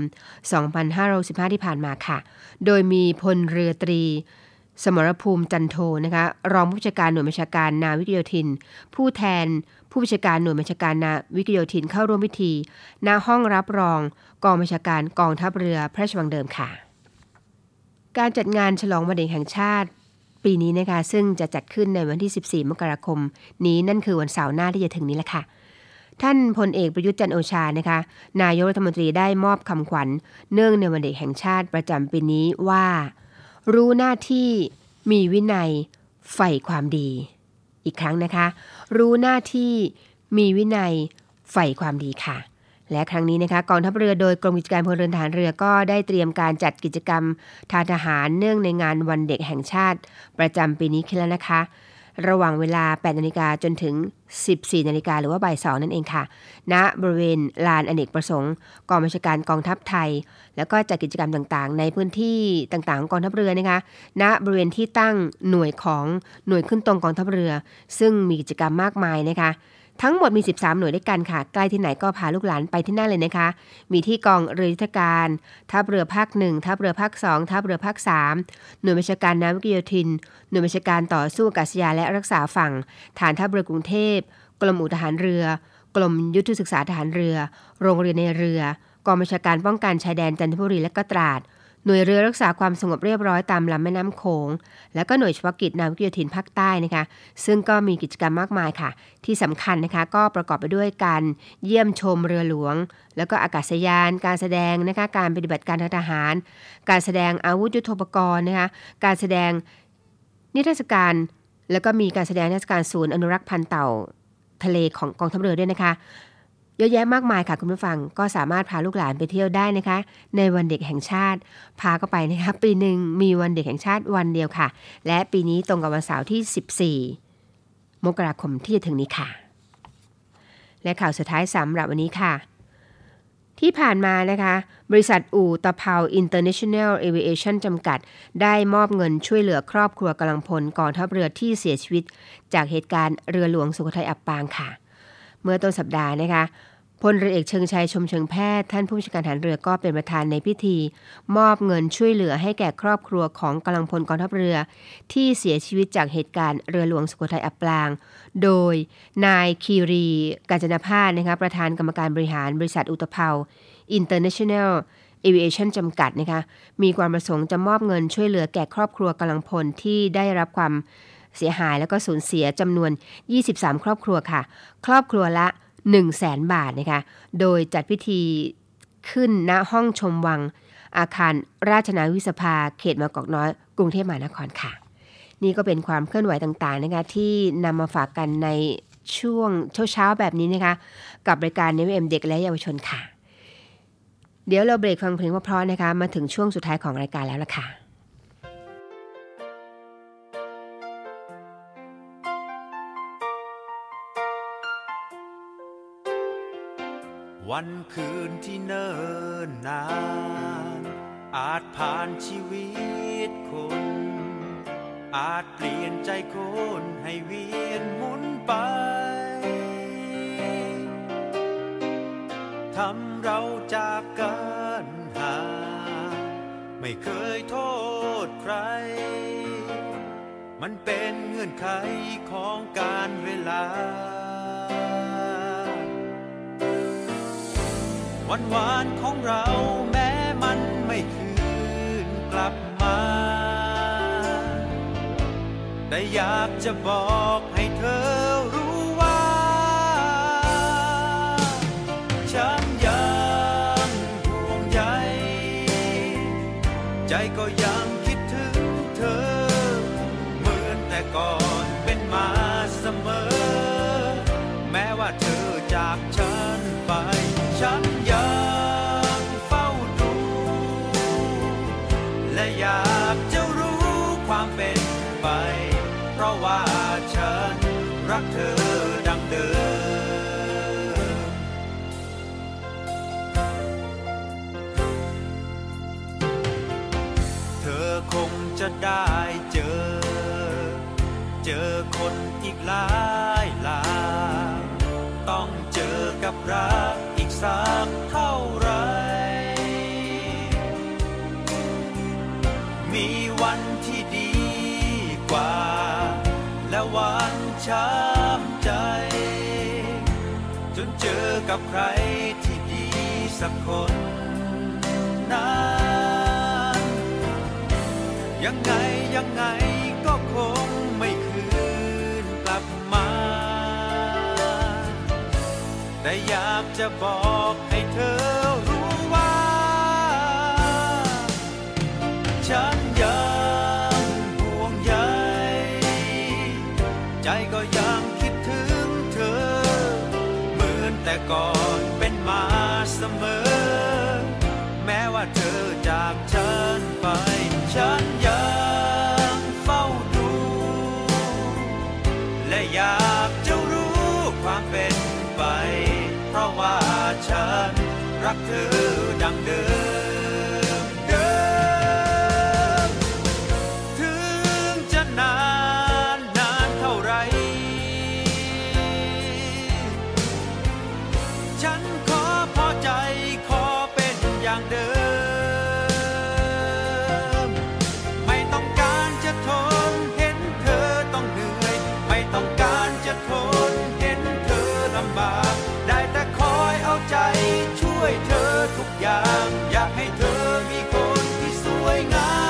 2515ที่ผ่านมาค่ะโดยมีพลเรือตรีสมรภูมิจันโทนะคะรองผู้บัญชาการหน่วยบัญชาการนาวิกโยธินผู้แทนผู้บัญชาการหน่วยบัญชาการนาวิกโยธินเข้าร่วมพิธีณห้องรับรองกองบัญชาการกองทัพเรือพระราชวังเดิมค่ะการจัดงานฉลองวันเด็กแห่งชาติปีนี้นะคะซึ่งจะจัดขึ้นในวันที่14มกราคมนี้นั่นคือวันเสาร์หน้าที่จะถึงนี้แหละค่ะท่านพลเอกประยุทธ์จันทร์โอชานะคะนายกรัฐมนตรีได้มอบคำขวัญเนื่องในวันเด็กแห่งชาติประจำปีนี้ว่ารู้หน้าที่มีวินัยใฝ่ความดีอีกครั้งนะคะรู้หน้าที่มีวินัยใฝ่ความดีค่ะและครั้งนี้นะคะกองทัพเรือโดยกรมกิจการพลเรือนทหารเรือก็ได้เตรียมการจัดกิจกรรมทางทหารเนื่องในงานวันเด็กแห่งชาติประจำปีนี้ขึ้นแล้วนะคะระหว่างเวลา 8 นาฬิกาจนถึง 14 นาฬิกาหรือว่าบ่าย 2นั่นเองค่ะณบริเวณลานอเนกประสงค์กองบัญชาการกองทัพไทยแล้วก็จัดกิจกรรมต่างๆในพื้นที่ต่างๆของกองทัพเรือนะคะณบริเวณที่ตั้งหน่วยขึ้นตรงกองทัพเรือซึ่งมีกิจกรรมมากมายนะคะทั้งหมดมี13หน่วยด้วยกันค่ะใกล้ที่ไหนก็พาลูกหลานไปที่นั่นเลยนะคะมีที่กองเรือยุทธการทัพเรือภาค1ทัพเรือภาค2ทัพเรือภาค3หน่วยบัญชาการนาวิกโยธินหน่วยบัญชาการต่อสู้อากาศยานและรักษาฝั่งฐานทัพเรือกรุงเทพกรมอู่ทหารเรือกรมยุทธศึกษาทหารเรือโรงเรียนในเรือกองบัญชาการป้องกันชายแดนจันทบุรีและก็ตราดหน่วยเรือรักษาความสงบเรียบร้อยตามลำแม่น้ำโขงและก็หน่วยเฉพาะกิจนาวิกโยธินภาคใต้นะคะซึ่งก็มีกิจกรรมมากมายค่ะที่สำคัญนะคะก็ประกอบไปด้วยการเยี่ยมชมเรือหลวงแล้วก็อากาศยานการแสดงนะคะการปฏิบัติการทางทหารการแสดงอาวุธยุทโธปกรณ์นะคะการแสดงนิทรรศการแล้วก็มีการแสดงนิทรรศการศูนย์อนุรักษ์พันธุ์เต่าทะเลของกองทัพเรือด้วยนะคะเยอะแยะมากมายค่ะคุณผู้ฟังก็สามารถพาลูกหลานไปเที่ยวได้นะคะในวันเด็กแห่งชาติพาเข้าไปนะคะปีหนึ่งมีวันเด็กแห่งชาติวันเดียวค่ะและปีนี้ตรงกับวันเสาร์ที่14มกราคมที่จะถึงนี้ค่ะและข่าวสุดท้ายสำหรับวันนี้ค่ะที่ผ่านมานะคะบริษัทอู่ตะเภา International Aviation จำกัดได้มอบเงินช่วยเหลือครอบครัวกำลังพลกองทัพเรือที่เสียชีวิตจากเหตุการณ์เรือหลวงสุโขทัยอับปางค่ะเมื่อต้นสัปดาห์นะคะพลเรือเอกเชิงชัยชมเชิงแพทย์ท่านผู้บัญชาการทหารเรือก็เป็นประธานในพิธีมอบเงินช่วยเหลือให้แก่ครอบครัวของกำลังพลกองทัพเรือที่เสียชีวิตจากเหตุการณ์เรือหลวงสุโขทัยอับปางโดยนายคีรีกาญจนพาสนะคะประธานกรรมการบริหารบริษัทอู่ตะเภา International Aviation จำกัดนะคะมีความประสงค์จะมอบเงินช่วยเหลือแก่ครอบครัวกำลังพลที่ได้รับความเสียหายแล้วก็สูญเสียจำนวน23ครอบครัวค่ะครอบครัวละ 100,000 บาทนะคะโดยจัดพิธีขึ้นณห้องชมวังอาคารราชนาวิสภาเขตบางกอกน้อยกรุงเทพมหานครค่ะนี่ก็เป็นความเคลื่อนไหวต่างๆนะคะที่นำมาฝากกันในช่วงเช้าๆแบบนี้นะคะกับรายการ NFM เด็กและเยาวชนค่ะเดี๋ยวเราเบรกฟังเพลงเพราะๆนะคะมาถึงช่วงสุดท้ายของรายการแล้วล่ะค่ะวันคืนที่เนิ่นนานอาจผ่านชีวิตคนอาจเปลี่ยนใจคนให้เวียนหมุนไปทำเราจากกันห่างไม่เคยโทษใครมันเป็นเงื่อนไขของการเวลาวันวานของเราแม้มันไม่คืนกลับมาแต่อยากจะบอกให้เธอรู้ว่าฉันยังห่วงใยใจก็ยังคิดถึงเธอเหมือนแต่ก่อนเป็นมาเสมอแม้ว่าเธอจากฉันไปฉันยังเฝ้าดูและอยากจะรู้ความเป็นไปเพราะว่าฉันรักเธอดังเดิมเธอคงจะได้เจอคนอีกหลายรักอีกสักเท่าไรมีวันที่ดีกว่าและวันช้ำใจจนเจอกับใครที่ดีสักคนนั้นยังไงก็คงไม่คืนกลับมาแต่อยากจะบอกให้เธอรู้ว่าฉันยังห่วงใยใจก็ยังคิดถึงเธอเหมือนแต่ก่อนเป็นมาเสมอแม้ว่าเธอจากฉันไปฉันยังเฝ้าดูและอยากจะรู้ความเป็นไปเพราะว่าฉันรักเธอดังเดิมถึงจะนานเท่าไรฉันขอพอใจขอเป็นอย่างเดิมไม่ต้องการจะทนเห็นเธอต้องเหนื่อยไม่ต้องการจะทนเห็นเธอลำบากได้แต่คอยเอาใจช่วยเธอทุกอย่างอยากให้เธอมีคนที่สวยงาม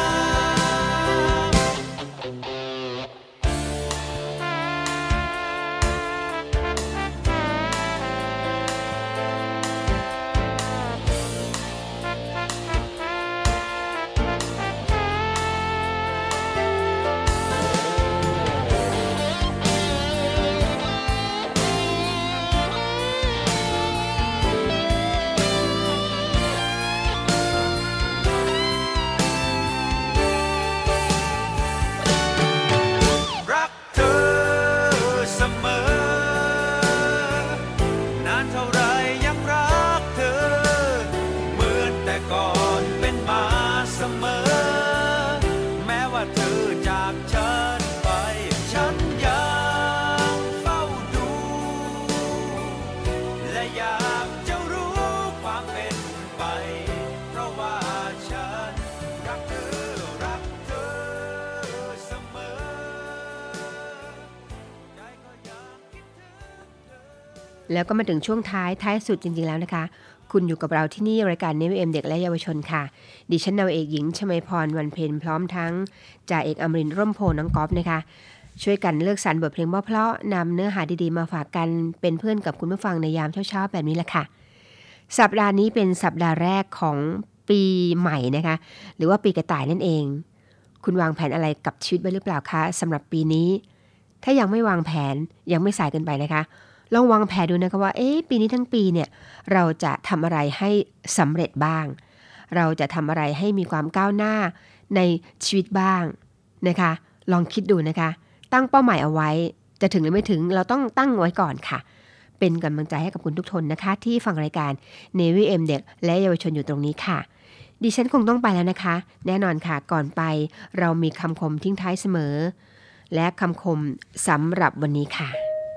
แล้วก็มาถึงช่วงท้ายสุดจริงๆแล้วนะคะคุณอยู่กับเราที่นี่รายการ NFM เด็กและเยาวชนค่ะดิฉันนาวเอกหญิงชมาพรวันเพ็ญพร้อมทั้งจ่าเอกอมรินทร์ร่มโพน้องก๊อฟนะคะช่วยกันเลือกสรรบทเพลงเพราะๆนำเนื้อหาดีๆมาฝากกันเป็นเพื่อนกับคุณผู้ฟังในยามเช้าๆแบบนี้แหละค่ะสัปดาห์นี้เป็นสัปดาห์แรกของปีใหม่นะคะหรือว่าปีกระต่ายนั่นเองคุณวางแผนอะไรกับชีวิตไว้หรือเปล่าคะสำหรับปีนี้ถ้ายังไม่วางแผนยังไม่สายเกินไปนะคะลองวางแผนดูนะคะว่าปีนี้ทั้งปีเนี่ยเราจะทำอะไรให้สำเร็จบ้างเราจะทำอะไรให้มีความก้าวหน้าในชีวิตบ้างนะคะลองคิดดูนะคะตั้งเป้าหมายเอาไว้จะถึงหรือไม่ถึงเราต้องตั้งไว้ก่อนค่ะเป็นกำลังใจให้กับคุณทุกคนนะคะที่ฟังรายการ NFM เด็กและเยาวชนอยู่ตรงนี้ค่ะดิฉันคงต้องไปแล้วนะคะแน่นอนค่ะก่อนไปเรามีคำคมทิ้งท้ายเสมอและคำคมสำหรับวันนี้ค่ะ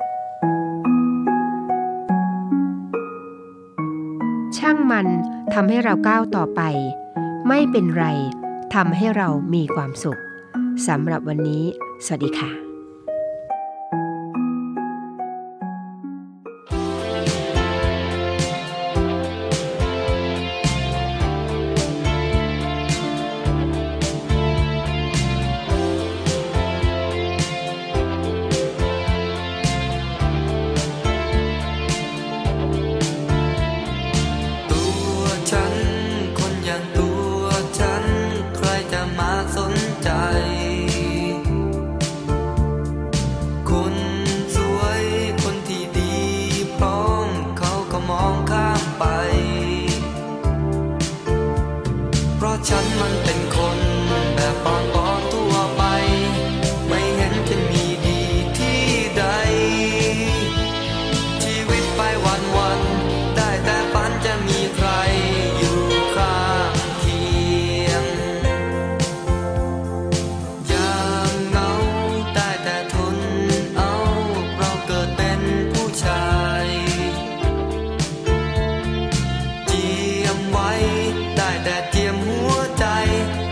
ช่างมันทำให้เราก้าวต่อไปไม่เป็นไรทำให้เรามีความสุขสำหรับวันนี้สวัสดีค่ะ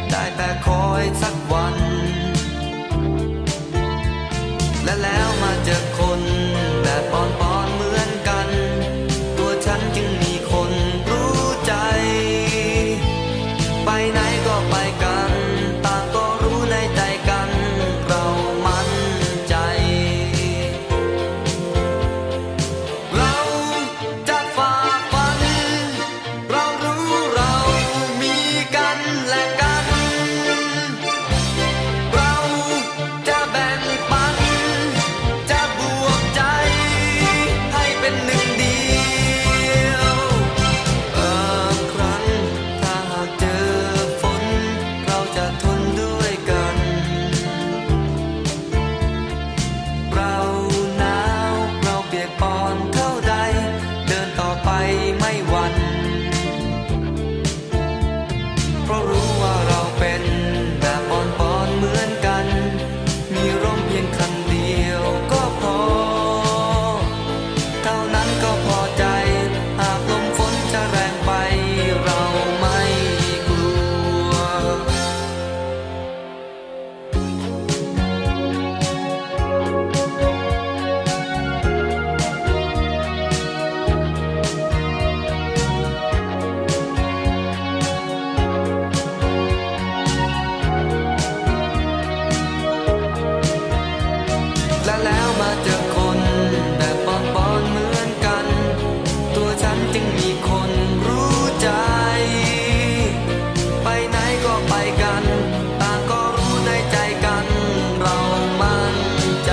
ได้แต่คอยสักวันและแล้วมาเจอคนแบบปอนๆเหมือนกันตัวฉันจึงมีคนรู้ใจไปไหนก็ไปกันต่างก็รู้ในใจกันเรามั่นใจเราจะฝ่าฟันเรารู้เรามีกันและกันเราจะแบ่งปันจะบวกใจให้เป็นหนึ่งเดียวครั้งถ้าหากเจอฝนเราจะทนด้วยกันเราหนาวเราเปียกปอนเท่าใดเดินต่อไปไม่หวั่นเพราะรู้ว่าเราเป็นแบบปอนๆเหมือนกันมีร่มเพียงคันเดียวก็พอเท่านั้นก็พอใจหากลมฝนจะแรงไปเราไม่กลัวและแล้วมาเจอคนแบบปอนๆเหมือนกันตัวฉันจึงมีคนรู้ใจไปไหนก็ไปกันต่างก็รู้ในใจกันเรามั่นใจ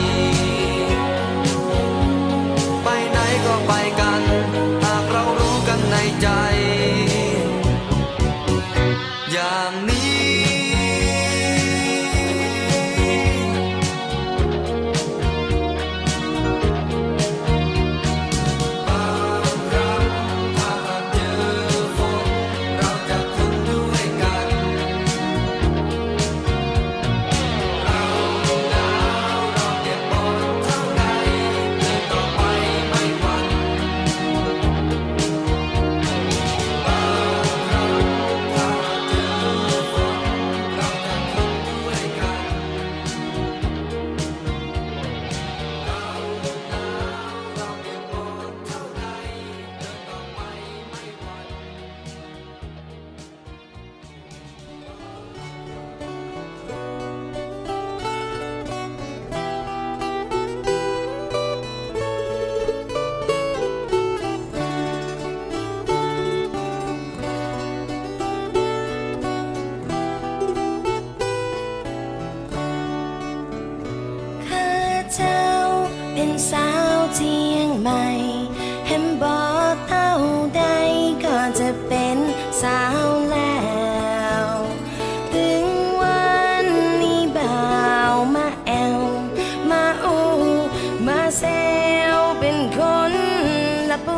ไปไหนก็ไปกันหากเรารู้กันในใจอย่างนี้ข้าเจ้าเป็นสาวเชียงใหม่เห็นบ่เท่าใดก็จะเป็นสาวแล้วถึงวันนี้บ่าวมาแอวมาอูมาแซวเป็นคนละปู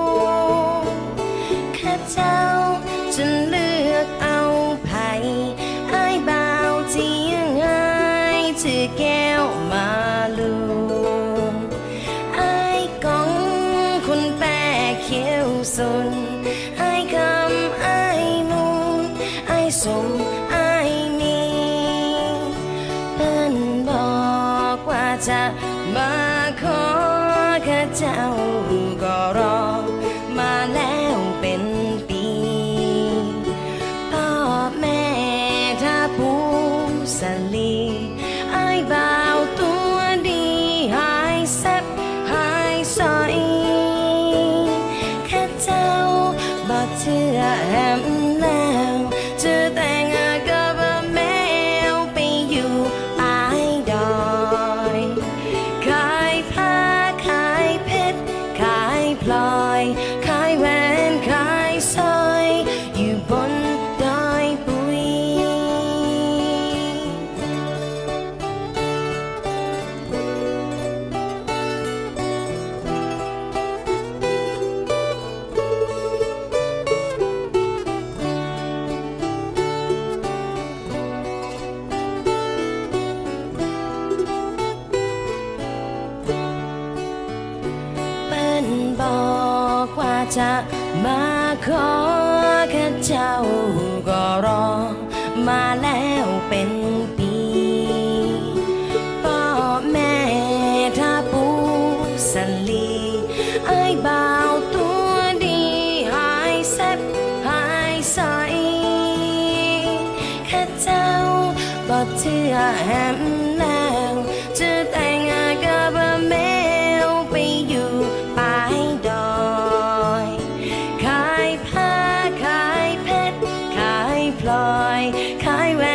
ข้าเจ้าจะเลือกเอาไผ่อ้ายบ่าวเชียงรายชื่อแก้วมาลูอ้ายกองคนแปะเขียวสุนอ้ายคำอ้ายมูลอ้ายสมอ้ายมีเพิ่นบอกว่าจะมาขอข้าเจ้าก็รอมาแล้วเป็นปีพ่อแม่ถ้าผู้สลีอ้ายบ่าวตัวดีหายแซ่บหายซอยข้าเจ้าบ่เชื่อแหมแล้วจะแต่งกับแมวไปอยู่ปลายดอยขายผ้าขายเพชรขายพลอยขายแหวนขายสร้อยอยู่บนดอยปุย จะมาขอแค่เจ้าก็รอมมาแล้วเป็นปีพ่อแม่ถ้าปูสลีไอ้บ่าวตัวดีหายแซ่บหายใสแค่เจ้าบ่เชื่อแหมแล้วจะแต่งงานกับแมวไปอยู่ปลายดอยขายผ้าขายเพชรขายพลอยขายแหวน